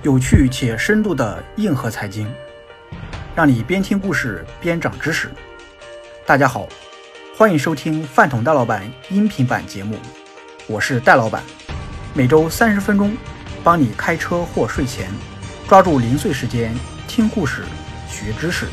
有趣且深度的硬核财经，让你边听故事边长知识。大家好，欢迎收听饭桶戴老板音频版节目，我是戴老板，每周30分钟，帮你开车或睡前抓住零碎时间听故事学知识。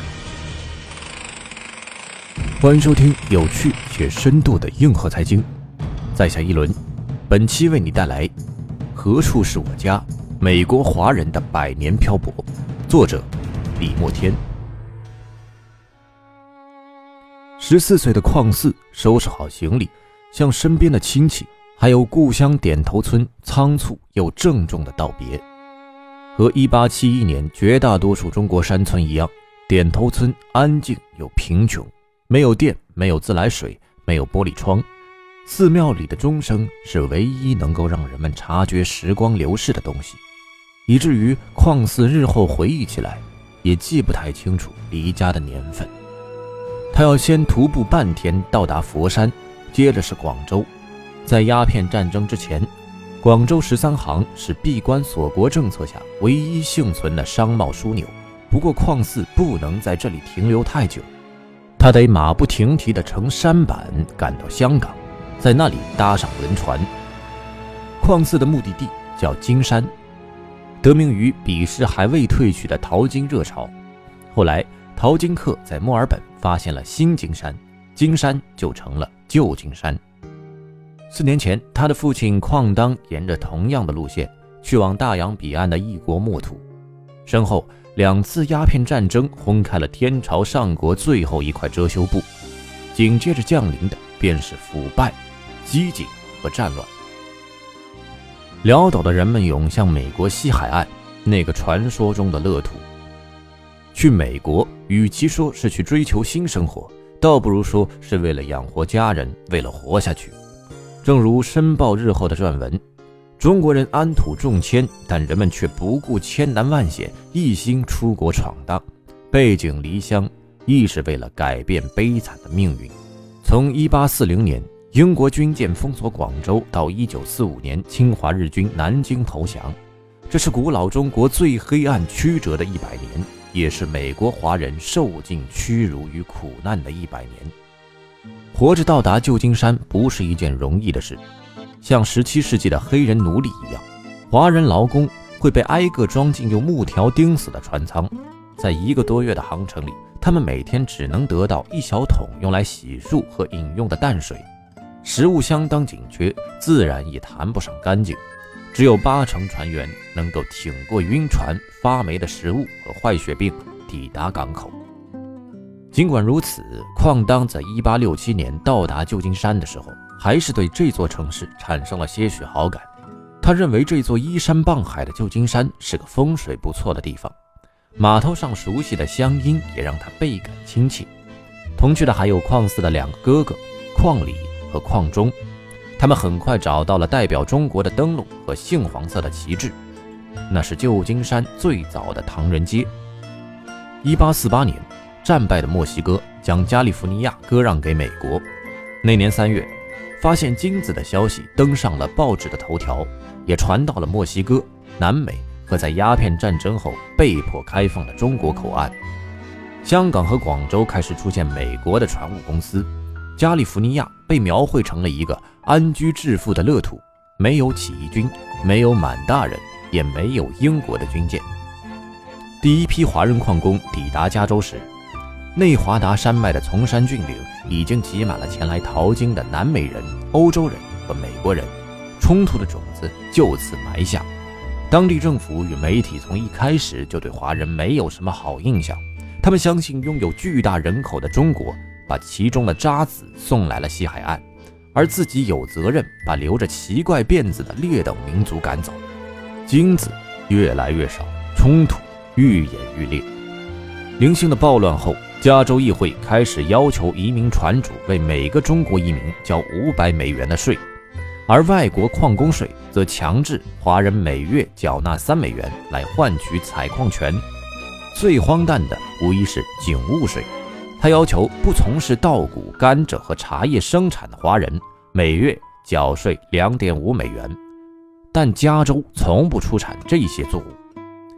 欢迎收听有趣且深度的硬核财经。在下一轮，本期为你带来何处是我家，美国华人的100年漂泊，作者李墨天。14岁的邝四收拾好行李，向身边的亲戚还有故乡点头村仓促又郑重的道别。和1871年绝大多数中国山村一样，点头村安静又贫穷，没有电，没有自来水，没有玻璃窗，寺庙里的钟声是唯一能够让人们察觉时光流逝的东西，以至于邝四日后回忆起来也记不太清楚离家的年份。他要先徒步半天到达佛山，接着是广州。在鸦片战争之前，广州13行是闭关锁国政策下唯一幸存的商贸枢纽。不过邝四不能在这里停留太久，他得马不停蹄地乘舢板赶到香港，在那里搭上轮船。邝四的目的地叫金山，得名于彼时还未退去的淘金热潮。后来淘金客在墨尔本发现了新金山，金山就成了旧金山。4年前，他的父亲邝当沿着同样的路线去往大洋彼岸的异国墨土。身后2次鸦片战争轰开了天朝上国最后一块遮羞布，紧接着降临的便是腐败、饥馑和战乱。潦倒的人们涌向美国西海岸，那个传说中的乐土。去美国，与其说是去追求新生活，倒不如说是为了养活家人，为了活下去。正如《申报》日后的撰文，中国人安土重迁，但人们却不顾千难万险，一心出国闯荡，背井离乡，亦是为了改变悲惨的命运。从1840年英国军舰封锁广州到1945年侵华日军南京投降，这是古老中国最黑暗曲折的100年，也是美国华人受尽屈辱与苦难的100年。活着到达旧金山不是一件容易的事，像17世纪的黑人奴隶一样，华人劳工会被挨个装进用木条钉死的船舱。在1个多月的航程里，他们每天只能得到1小桶用来洗漱和饮用的淡水，食物相当紧缺，自然也谈不上干净。只有80%船员能够挺过晕船、发霉的食物和坏血病，抵达港口。尽管如此，邝当在1867年到达旧金山的时候，还是对这座城市产生了些许好感。他认为这座依山傍海的旧金山是个风水不错的地方，码头上熟悉的乡音也让他倍感亲切。同去的还有邝四的2个哥哥邝礼和邝忠，他们很快找到了代表中国的灯笼和杏黄色的旗帜，那是旧金山最早的唐人街。1848年，战败的墨西哥将加利福尼亚割让给美国。那年3月，发现金子的消息登上了报纸的头条，也传到了墨西哥、南美和在鸦片战争后被迫开放的中国口岸。香港和广州开始出现美国的船务公司，加利福尼亚被描绘成了一个安居致富的乐土，没有起义军，没有满大人，也没有英国的军舰。第一批华人矿工抵达加州时，内华达山脉的丛山峻岭已经挤满了前来淘金的南美人、欧洲人和美国人，冲突的种子就此埋下。当地政府与媒体从一开始就对华人没有什么好印象，他们相信拥有巨大人口的中国把其中的渣子送来了西海岸，而自己有责任把留着奇怪辫子的劣等民族赶走。金子越来越少，冲突愈演愈烈。零星的暴乱后，加州议会开始要求移民船主为每个中国移民交$500的税，而外国矿工税则强制华人每月缴纳$3来换取采矿权。最荒诞的无疑是警务税，他要求不从事稻谷、甘蔗和茶叶生产的华人每月缴税$2.5，但加州从不出产这些作物。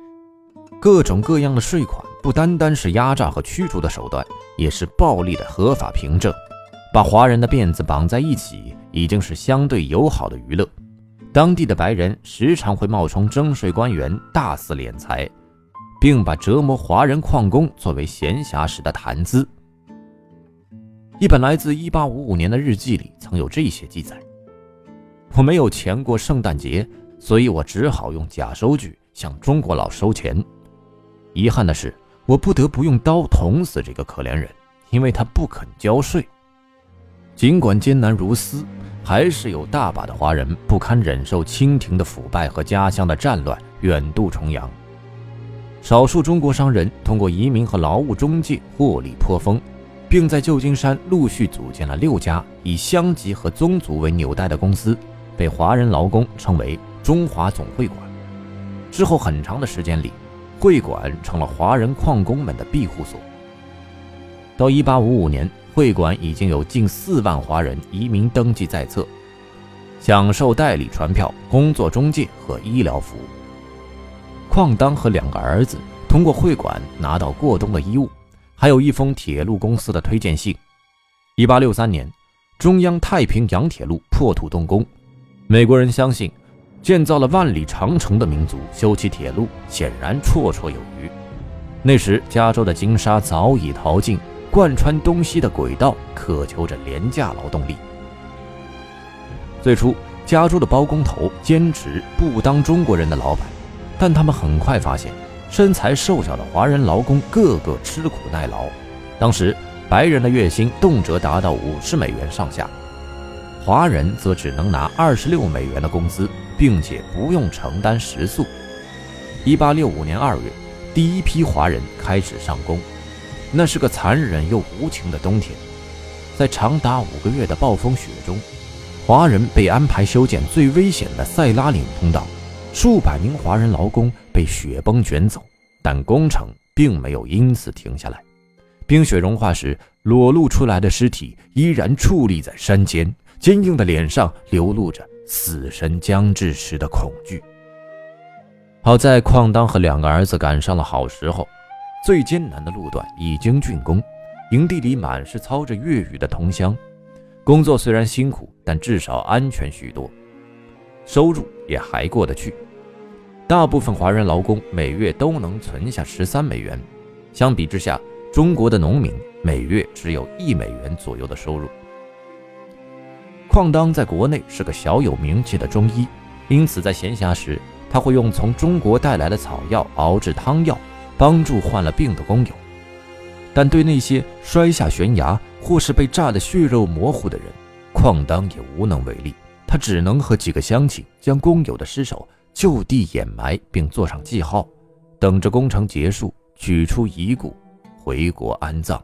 各种各样的税款不单单是压榨和驱逐的手段，也是暴力的合法凭证。把华人的辫子绑在一起已经是相对友好的娱乐，当地的白人时常会冒充征税官员大肆敛财，并把折磨华人矿工作为闲暇时的谈资。一本来自1855年的日记里曾有这些记载：我没有钱过圣诞节，所以我只好用假收据向中国佬收钱。遗憾的是，我不得不用刀捅死这个可怜人，因为他不肯交税。尽管艰难如斯，还是有大把的华人不堪忍受清廷的腐败和家乡的战乱，远渡重洋。少数中国商人通过移民和劳务中介获利颇丰，并在旧金山陆续组建了6家以乡级和宗族为纽带的公司，被华人劳工称为中华总会馆。之后很长的时间里，会馆成了华人矿工们的庇护所。到1855年，会馆已经有近4万华人移民登记在册，享受代理传票、工作中介和医疗服务。邝当和2个儿子通过会馆拿到过冬的衣物，还有一封铁路公司的推荐信。1863年，中央太平洋铁路破土动工，美国人相信建造了万里长城的民族修起铁路显然绰绰有余。那时加州的金沙早已淘尽，贯穿东西的轨道渴求着廉价劳动力。最初加州的包工头坚持不当中国人的老板，但他们很快发现身材瘦小的华人劳工个个吃苦耐劳。当时白人的月薪动辄达到50美元上下，华人则只能拿26美元的工资，并且不用承担食宿。1865年2月，第一批华人开始上工。那是个残忍又无情的冬天，在长达5个月的暴风雪中，华人被安排修建最危险的塞拉岭通道，数百名华人劳工被雪崩卷走，但工程并没有因此停下来。冰雪融化时，裸露出来的尸体依然矗立在山间，坚硬的脸上流露着死神将至时的恐惧。好在邝当和2个儿子赶上了好时候，最艰难的路段已经竣工，营地里满是操着粤语的同乡。工作虽然辛苦，但至少安全许多，收入也还过得去。大部分华人劳工每月都能存下13美元，相比之下，中国的农民每月只有1美元左右的收入。邝当在国内是个小有名气的中医，因此在闲暇时，他会用从中国带来的草药熬制汤药，帮助患了病的工友。但对那些摔下悬崖或是被炸得血肉模糊的人，邝当也无能为力。他只能和几个乡亲将工友的尸首就地掩埋，并做上记号，等着工程结束，取出遗骨回国安葬。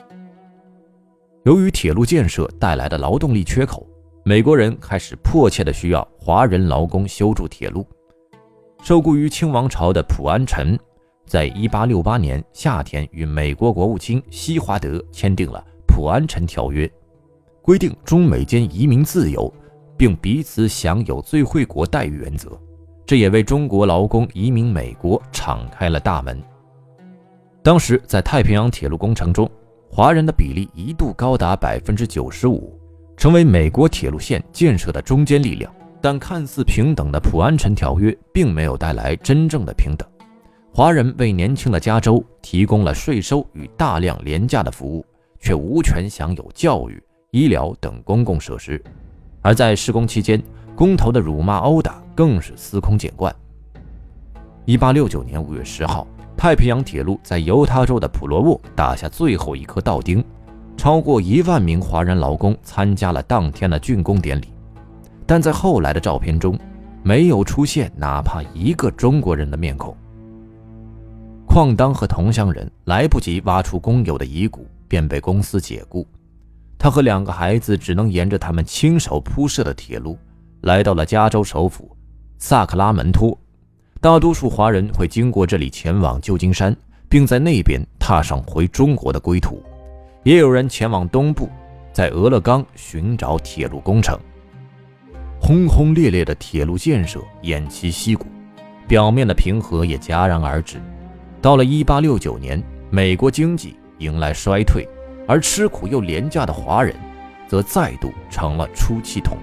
由于铁路建设带来的劳动力缺口，美国人开始迫切地需要华人劳工修筑铁路。受雇于清王朝的普安臣在1868年夏天与美国国务卿西华德签订了普安臣条约，规定中美间移民自由，并彼此享有最惠国待遇原则。这也为中国劳工移民美国敞开了大门。当时在太平洋铁路工程中，华人的比例一度高达 95%， 成为美国铁路线建设的中坚力量。但看似平等的普安臣条约并没有带来真正的平等。华人为年轻的加州提供了税收与大量廉价的服务，却无权享有教育、医疗等公共设施。而在施工期间，工头的辱骂殴打更是司空见惯。1869年5月10号，太平洋铁路在犹他州的普罗沃打下最后一颗道钉，超过1万名华人劳工参加了当天的竣工典礼。但在后来的照片中，没有出现哪怕一个中国人的面孔。邝当和同乡人来不及挖出工友的遗骨，便被公司解雇。他和2个孩子只能沿着他们亲手铺设的铁路，来到了加州首府萨克拉门托。大多数华人会经过这里前往旧金山，并在那边踏上回中国的归途。也有人前往东部，在俄勒冈寻找铁路工程。轰轰烈烈的铁路建设偃旗息鼓，表面的平和也戛然而止。 到了1869年，美国经济迎来衰退，而吃苦又廉价的华人则再度成了出气筒。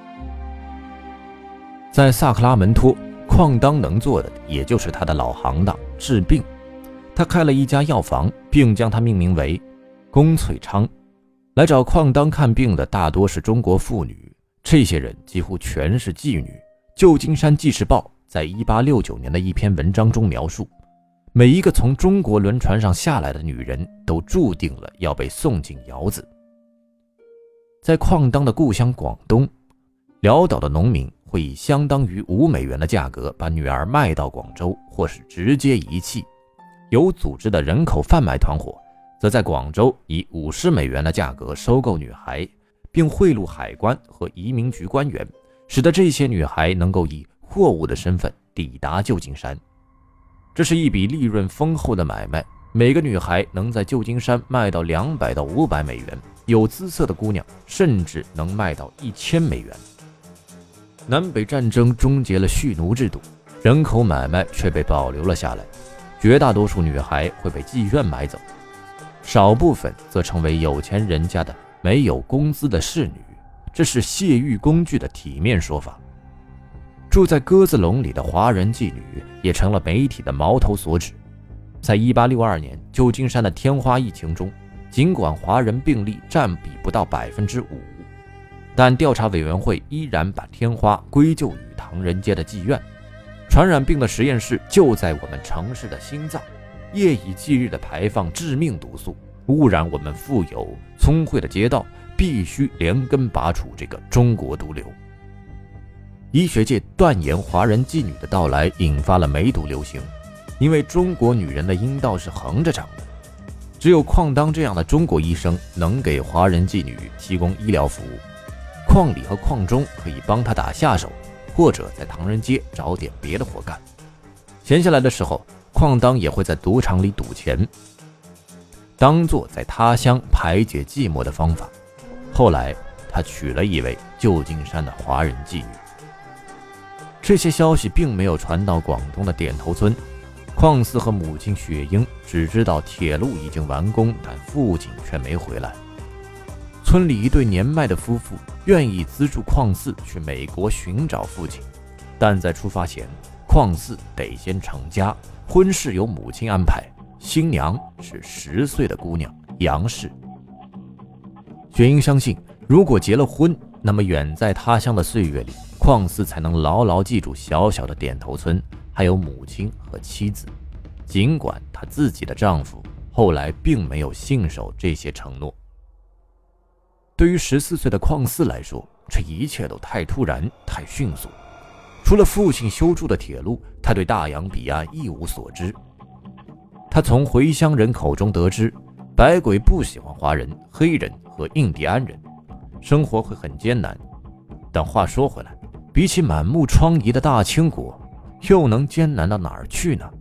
在萨克拉门托，邝当能做的也就是他的老行当治病。他开了一家药房，并将它命名为龚翠昌。来找邝当看病的大多是中国妇女，这些人几乎全是妓女。旧金山纪事报在1869年的一篇文章中描述，每一个从中国轮船上下来的女人都注定了要被送进窑子。在邝当的故乡广东，潦倒的农民会以相当于5美元的价格把女儿卖到广州，或是直接遗弃。有组织的人口贩卖团伙则在广州以50美元的价格收购女孩，并贿赂海关和移民局官员，使得这些女孩能够以货物的身份抵达旧金山。这是一笔利润丰厚的买卖，每个女孩能在旧金山卖到200到500美元，有姿色的姑娘甚至能卖到1000美元。南北战争终结了蓄奴制度，人口买卖却被保留了下来。绝大多数女孩会被妓院买走，少部分则成为有钱人家的没有工资的侍女，这是泄欲工具的体面说法。住在鸽子笼里的华人妓女也成了媒体的矛头所指。在1862年旧金山的天花疫情中，尽管华人病例占比不到 5%， 但调查委员会依然把天花归咎于唐人街的妓院。传染病的实验室就在我们城市的心脏，夜以继日地排放致命毒素，污染我们富有聪慧的街道，必须连根拔除这个中国毒瘤。医学界断言华人妓女的到来引发了梅毒流行，因为中国女人的阴道是横着长的。只有邝当这样的中国医生能给华人妓女提供医疗服务，邝里和邝中可以帮他打下手，或者在唐人街找点别的活干。闲下来的时候，邝当也会在赌场里赌钱，当作在他乡排解寂寞的方法。后来他娶了一位旧金山的华人妓女。这些消息并没有传到广东的点头村，邝四和母亲雪英只知道铁路已经完工，但父亲却没回来。村里一对年迈的夫妇愿意资助邝四去美国寻找父亲，但在出发前，邝四得先成家，婚事由母亲安排，新娘是10岁的姑娘杨氏。雪英相信，如果结了婚，那么远在他乡的岁月里，邝四才能牢牢记住小小的点头村，还有母亲和妻子。尽管她自己的丈夫后来并没有信守这些承诺。对于14岁的邝四来说，这一切都太突然，太迅速。除了父亲修筑的铁路，他对大洋彼岸一无所知。他从回乡人口中得知，百鬼不喜欢华人、黑人和印第安人，生活会很艰难。但话说回来，比起满目疮痍的大清国，又能艰难到哪儿去呢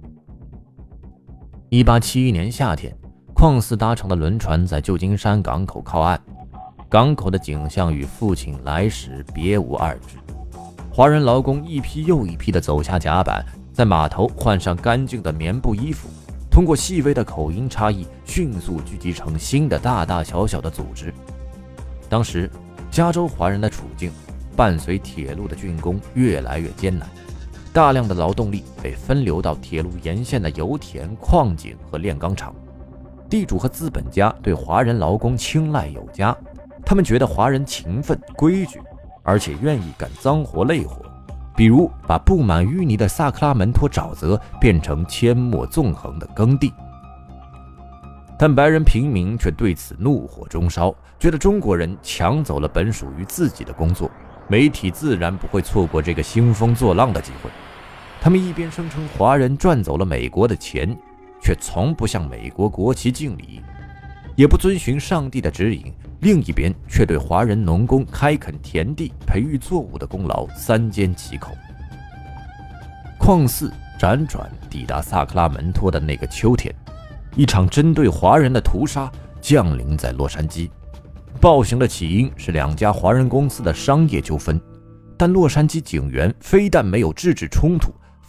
？1871年夏天，邝四搭乘的轮船在旧金山港口靠岸，港口的景象与父亲来时别无二致。华人劳工一批又一批地走下甲板，在码头换上干净的棉布衣服，通过细微的口音差异，迅速聚集成新的大大小小的组织。当时，加州华人的处境伴随铁路的竣工越来越艰难，大量的劳动力被分流到铁路沿线的油田、矿井和炼钢厂。地主和资本家对华人劳工青睐有加，他们觉得华人勤奋规矩，而且愿意干脏活累活，比如把布满淤泥的萨克拉门托沼泽变成阡陌纵横的耕地。但白人平民却对此怒火中烧，觉得中国人抢走了本属于自己的工作，媒体自然不会错过这个兴风作浪的机会。他们一边声称华人赚走了美国的钱，却从不向美国国旗敬礼，也不遵循上帝的指引，另一边却对华人农工开垦田地、培育作物的功劳三缄其口。邝四辗转抵达萨克拉门托的那个秋天，一场针对华人的屠杀降临在洛杉矶。暴行的起因是2家华人公司的商业纠纷，但洛杉矶警员非但没有制止冲突，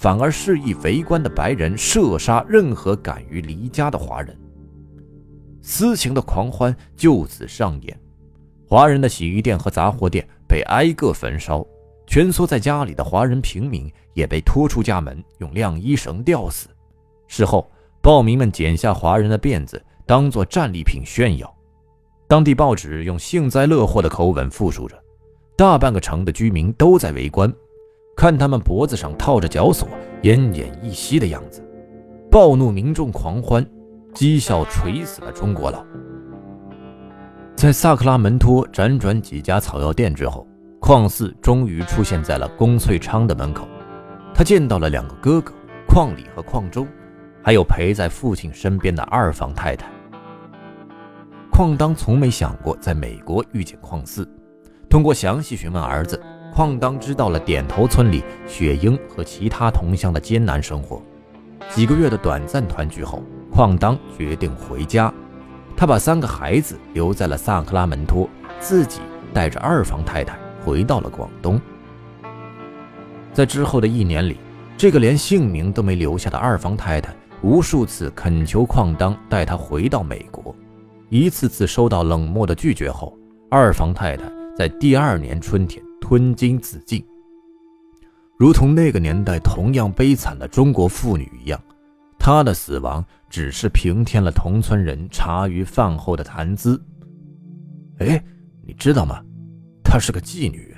反而示意围观的白人射杀任何敢于离家的华人。私刑的狂欢就此上演，华人的洗衣店和杂货店被挨个焚烧，蜷缩在家里的华人平民也被拖出家门，用晾衣绳吊死。事后，暴民们剪下华人的辫子当作战利品炫耀。当地报纸用幸灾乐祸的口吻复述着，大半个城的居民都在围观，看他们脖子上套着绞索，奄奄一息的样子。暴怒民众狂欢，讥笑锤死了中国佬。在萨克拉门托辗转几家草药店之后，邝四终于出现在了龚翠昌的门口。他见到了2个哥哥邝礼和邝周，还有陪在父亲身边的二房太太。邝当从没想过在美国遇见邝四，通过详细询问儿子，邝当知道了点头村里雪英和其他同乡的艰难生活。几个月的短暂团聚后，邝当决定回家。他把3个孩子留在了萨克拉门托，自己带着二房太太回到了广东。在之后的1年里，这个连姓名都没留下的二房太太无数次恳求邝当带她回到美国，一次次收到冷漠的拒绝后，二房太太在第2年春天吞金自尽。如同那个年代同样悲惨的中国妇女一样，她的死亡只是平添了同村人茶余饭后的谈资。你知道吗？她是个妓女。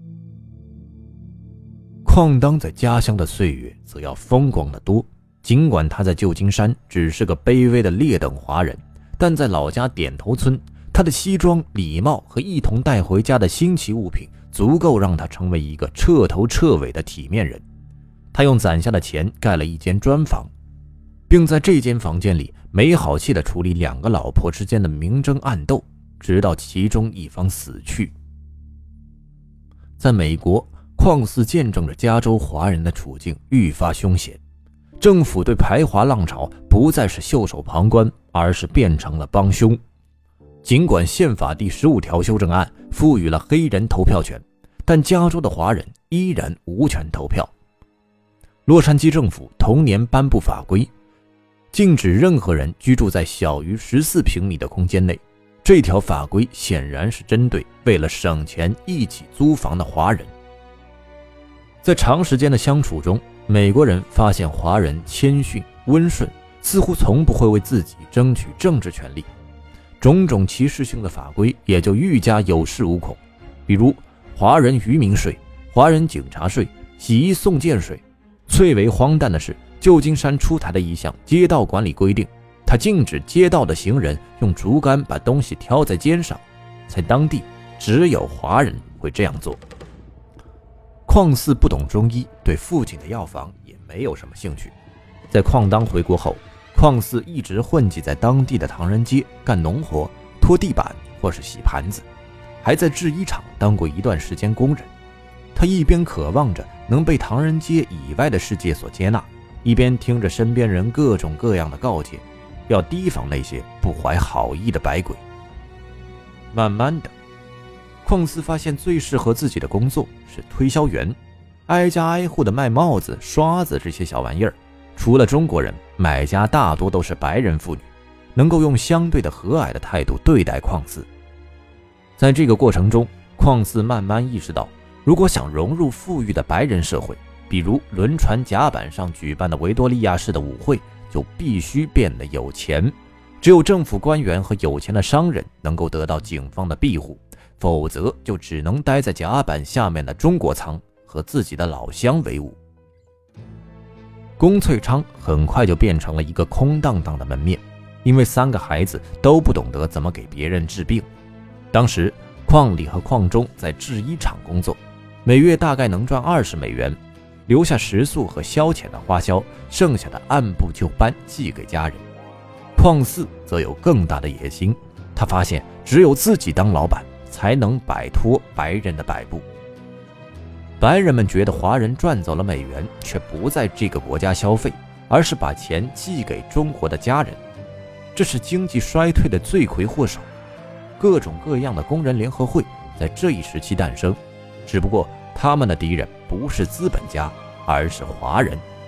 邝当在家乡的岁月则要风光得多，尽管他在旧金山只是个卑微的劣等华人，但在老家点头村，他的西装、礼帽和一同带回家的新奇物品足够让他成为一个彻头彻尾的体面人。他用攒下的钱盖了一间砖房，并在这间房间里没好气地处理2个老婆之间的明争暗斗，直到其中一方死去。在美国，邝四见证着加州华人的处境愈发凶险，政府对排华浪潮不再是袖手旁观，而是变成了帮凶。尽管宪法第15条修正案赋予了黑人投票权，但加州的华人依然无权投票。洛杉矶政府同年颁布法规，禁止任何人居住在小于14平米的空间内。这条法规显然是针对为了省钱一起租房的华人。在长时间的相处中，美国人发现华人谦逊温顺，似乎从不会为自己争取政治权利，种种歧视性的法规也就愈加有恃无恐。比如华人渔民税、华人警察税、洗衣送件税。最为荒诞的是，旧金山出台的一项街道管理规定，它禁止街道的行人用竹竿把东西挑在肩上，在当地只有华人会这样做。邝四不懂中医，对父亲的药房也没有什么兴趣。在邝当回国后，邝四一直混迹在当地的唐人街干农活，拖地板或是洗盘子，还在制衣厂当过一段时间工人。他一边渴望着能被唐人街以外的世界所接纳，一边听着身边人各种各样的告诫，要提防那些不怀好意的百鬼。慢慢的，邝四发现最适合自己的工作是推销员，挨家挨户的卖帽子、刷子这些小玩意儿。除了中国人，买家大多都是白人妇女，能够用相对的和蔼的态度对待邝四。在这个过程中，邝四慢慢意识到，如果想融入富裕的白人社会，比如轮船甲板上举办的维多利亚式的舞会，就必须变得有钱。只有政府官员和有钱的商人能够得到警方的庇护，否则就只能待在甲板下面的中国舱和自己的老乡为伍。龚翠昌很快就变成了一个空荡荡的门面，因为3个孩子都不懂得怎么给别人治病。当时邝礼和邝忠在制衣厂工作，每月大概能赚20美元，留下食宿和消遣的花销，剩下的按部就班寄给家人。邝四则有更大的野心，他发现只有自己当老板，才能摆脱白人的摆布。白人们觉得华人赚走了美元，却不在这个国家消费，而是把钱寄给中国的家人，这是经济衰退的罪魁祸首。各种各样的工人联合会在这一时期诞生，只不过他们的敌人不是资本家，而是华人。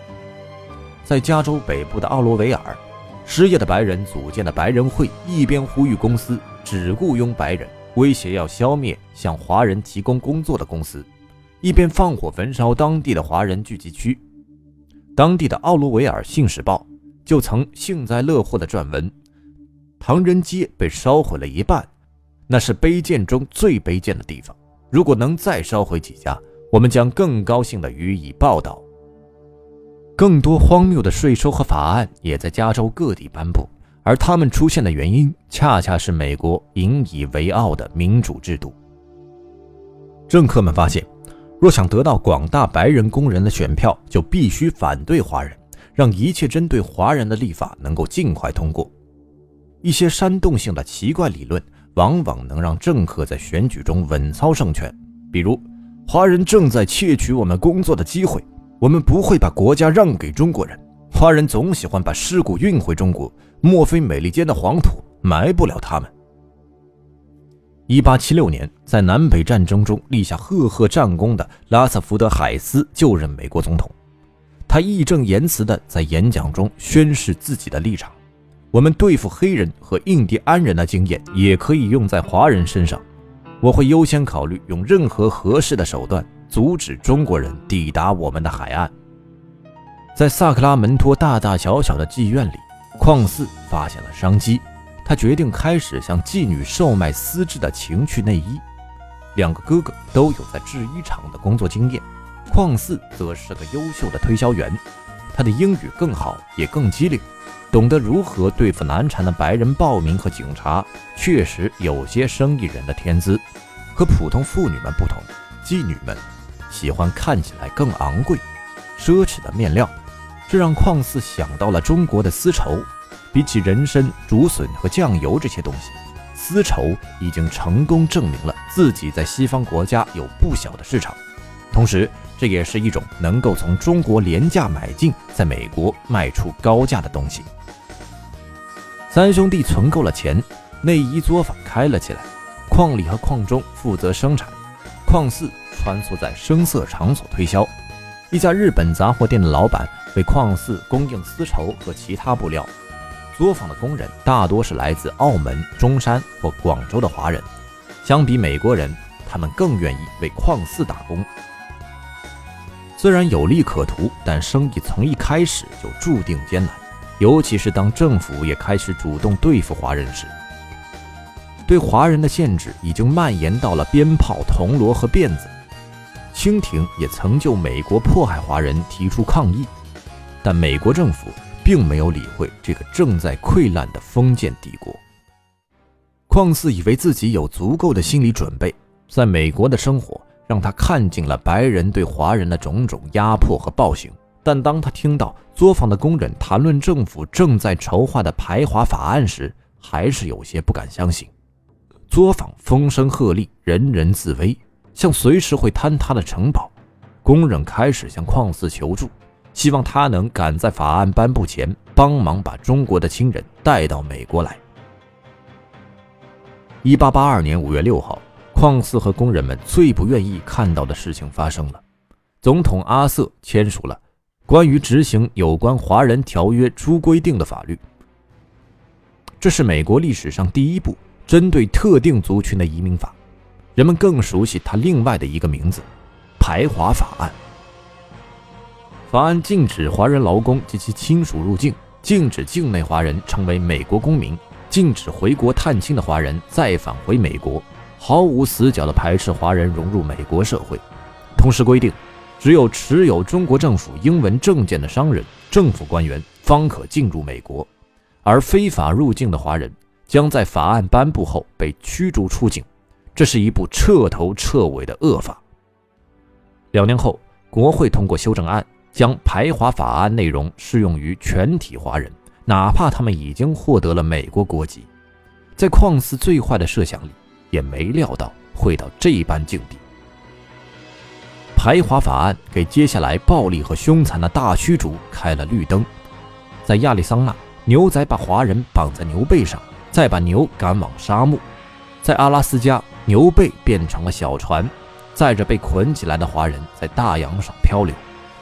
在加州北部的奥罗维尔，失业的白人组建的白人会，一边呼吁公司只雇佣白人，威胁要消灭向华人提供工作的公司，一边放火焚烧当地的华人聚集区。当地的奥罗维尔信使报就曾幸灾乐祸地撰文，唐人街被烧毁了一半，那是卑贱中最卑贱的地方，如果能再烧毁几家，我们将更高兴地予以报道。更多荒谬的税收和法案也在加州各地颁布，而它们出现的原因恰恰是美国引以为傲的民主制度。政客们发现，若想得到广大白人工人的选票，就必须反对华人，让一切针对华人的立法能够尽快通过。一些煽动性的奇怪理论往往能让政客在选举中稳操胜权，比如华人正在窃取我们工作的机会，我们不会把国家让给中国人，华人总喜欢把尸骨运回中国，莫非美利坚的黄土埋不了他们。1876年，在南北战争中立下赫赫战功的拉瑟福德·海斯就任美国总统，他义正言辞地在演讲中宣示自己的立场：我们对付黑人和印第安人的经验也可以用在华人身上，我会优先考虑用任何合适的手段阻止中国人抵达我们的海岸。在萨克拉门托大大小小的妓院里，旷四发现了商机，他决定开始向妓女售卖丝质的情趣内衣。两个哥哥都有在制衣厂的工作经验，旷四则是个优秀的推销员，他的英语更好也更机灵，懂得如何对付难缠的白人暴民和警察，确实有些生意人的天资。和普通妇女们不同，妓女们喜欢看起来更昂贵、奢侈的面料，这让旷四想到了中国的丝绸。比起人参、竹笋和酱油这些东西，丝绸已经成功证明了自己在西方国家有不小的市场，同时这也是一种能够从中国廉价买进，在美国卖出高价的东西。三兄弟存够了钱，内衣作坊开了起来，邝里和邝中负责生产，邝四穿梭在声色场所推销。一家日本杂货店的老板为邝四供应丝绸和其他布料，作坊的工人大多是来自澳门、中山或广州的华人，相比美国人，他们更愿意为邝四打工。虽然有利可图，但生意从一开始就注定艰难，尤其是当政府也开始主动对付华人时。对华人的限制已经蔓延到了鞭炮、铜锣和辫子。清廷也曾就美国迫害华人提出抗议，但美国政府并没有理会这个正在溃烂的封建帝国。邝四以为自己有足够的心理准备，在美国的生活让他看尽了白人对华人的种种压迫和暴行，但当他听到作坊的工人谈论政府正在筹划的排华法案时，还是有些不敢相信。作坊风声鹤唳，人人自危，像随时会坍塌的城堡。工人开始向邝四求助，希望他能赶在法案颁布前帮忙把中国的亲人带到美国来。1882年5月6号，邝四和工人们最不愿意看到的事情发生了。总统阿瑟签署了关于执行有关华人条约诸规定的法律，这是美国历史上第一部针对特定族群的移民法，人们更熟悉它另外的一个名字——排华法案。法案禁止华人劳工及其亲属入境，禁止境内华人成为美国公民，禁止回国探亲的华人再返回美国，毫无死角地排斥华人融入美国社会。同时规定，只有持有中国政府英文证件的商人、政府官员方可进入美国，而非法入境的华人将在法案颁布后被驱逐出境。这是一部彻头彻尾的恶法。2年后，国会通过修正案，将排华法案内容适用于全体华人，哪怕他们已经获得了美国国籍。在邝四最坏的设想里，也没料到会到这般境地。排华法案给接下来暴力和凶残的大驱逐开了绿灯。在亚利桑那，牛仔把华人绑在牛背上，再把牛赶往沙漠。在阿拉斯加，牛背变成了小船，载着被捆起来的华人在大洋上漂流。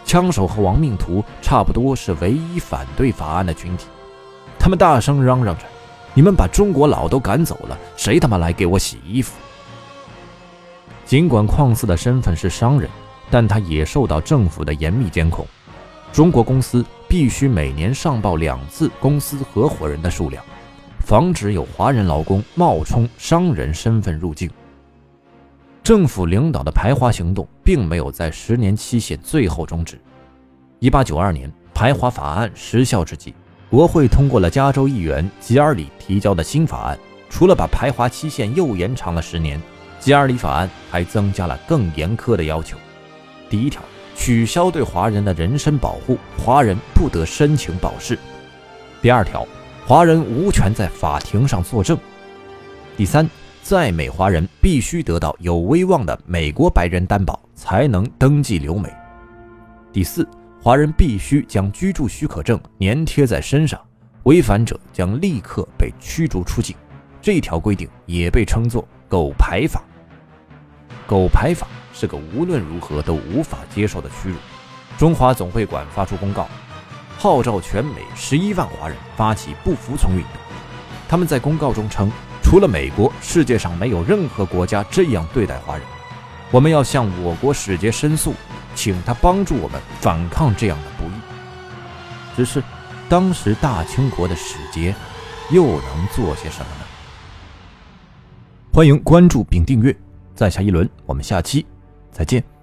枪手和亡命徒差不多是唯一反对法案的群体。他们大声嚷嚷着：“你们把中国佬都赶走了，谁他妈来给我洗衣服？”尽管矿四的身份是商人，但他也受到政府的严密监控。中国公司必须每年上报2次公司合伙人的数量，防止有华人劳工冒充商人身份入境。政府领导的排华行动并没有在10年期限最后终止。1892年排华法案失效之际，国会通过了加州议员吉尔里提交的新法案，除了把排华期限又延长了10年，吉尔里法案还增加了更严苛的要求。第1条，取消对华人的人身保护，华人不得申请保释。第2条，华人无权在法庭上作证。第3，在美华人必须得到有威望的美国白人担保，才能登记留美。第4，华人必须将居住许可证粘贴在身上，违反者将立刻被驱逐出境。这条规定也被称作狗牌法。狗牌法是个无论如何都无法接受的屈辱。中华总会馆发出公告，号召全美11万华人发起不服从运动。他们在公告中称，除了美国，世界上没有任何国家这样对待华人。我们要向我国使节申诉，请他帮助我们反抗这样的不义。只是当时大清国的使节又能做些什么呢？欢迎关注并订阅，在下一轮，我们下期再见。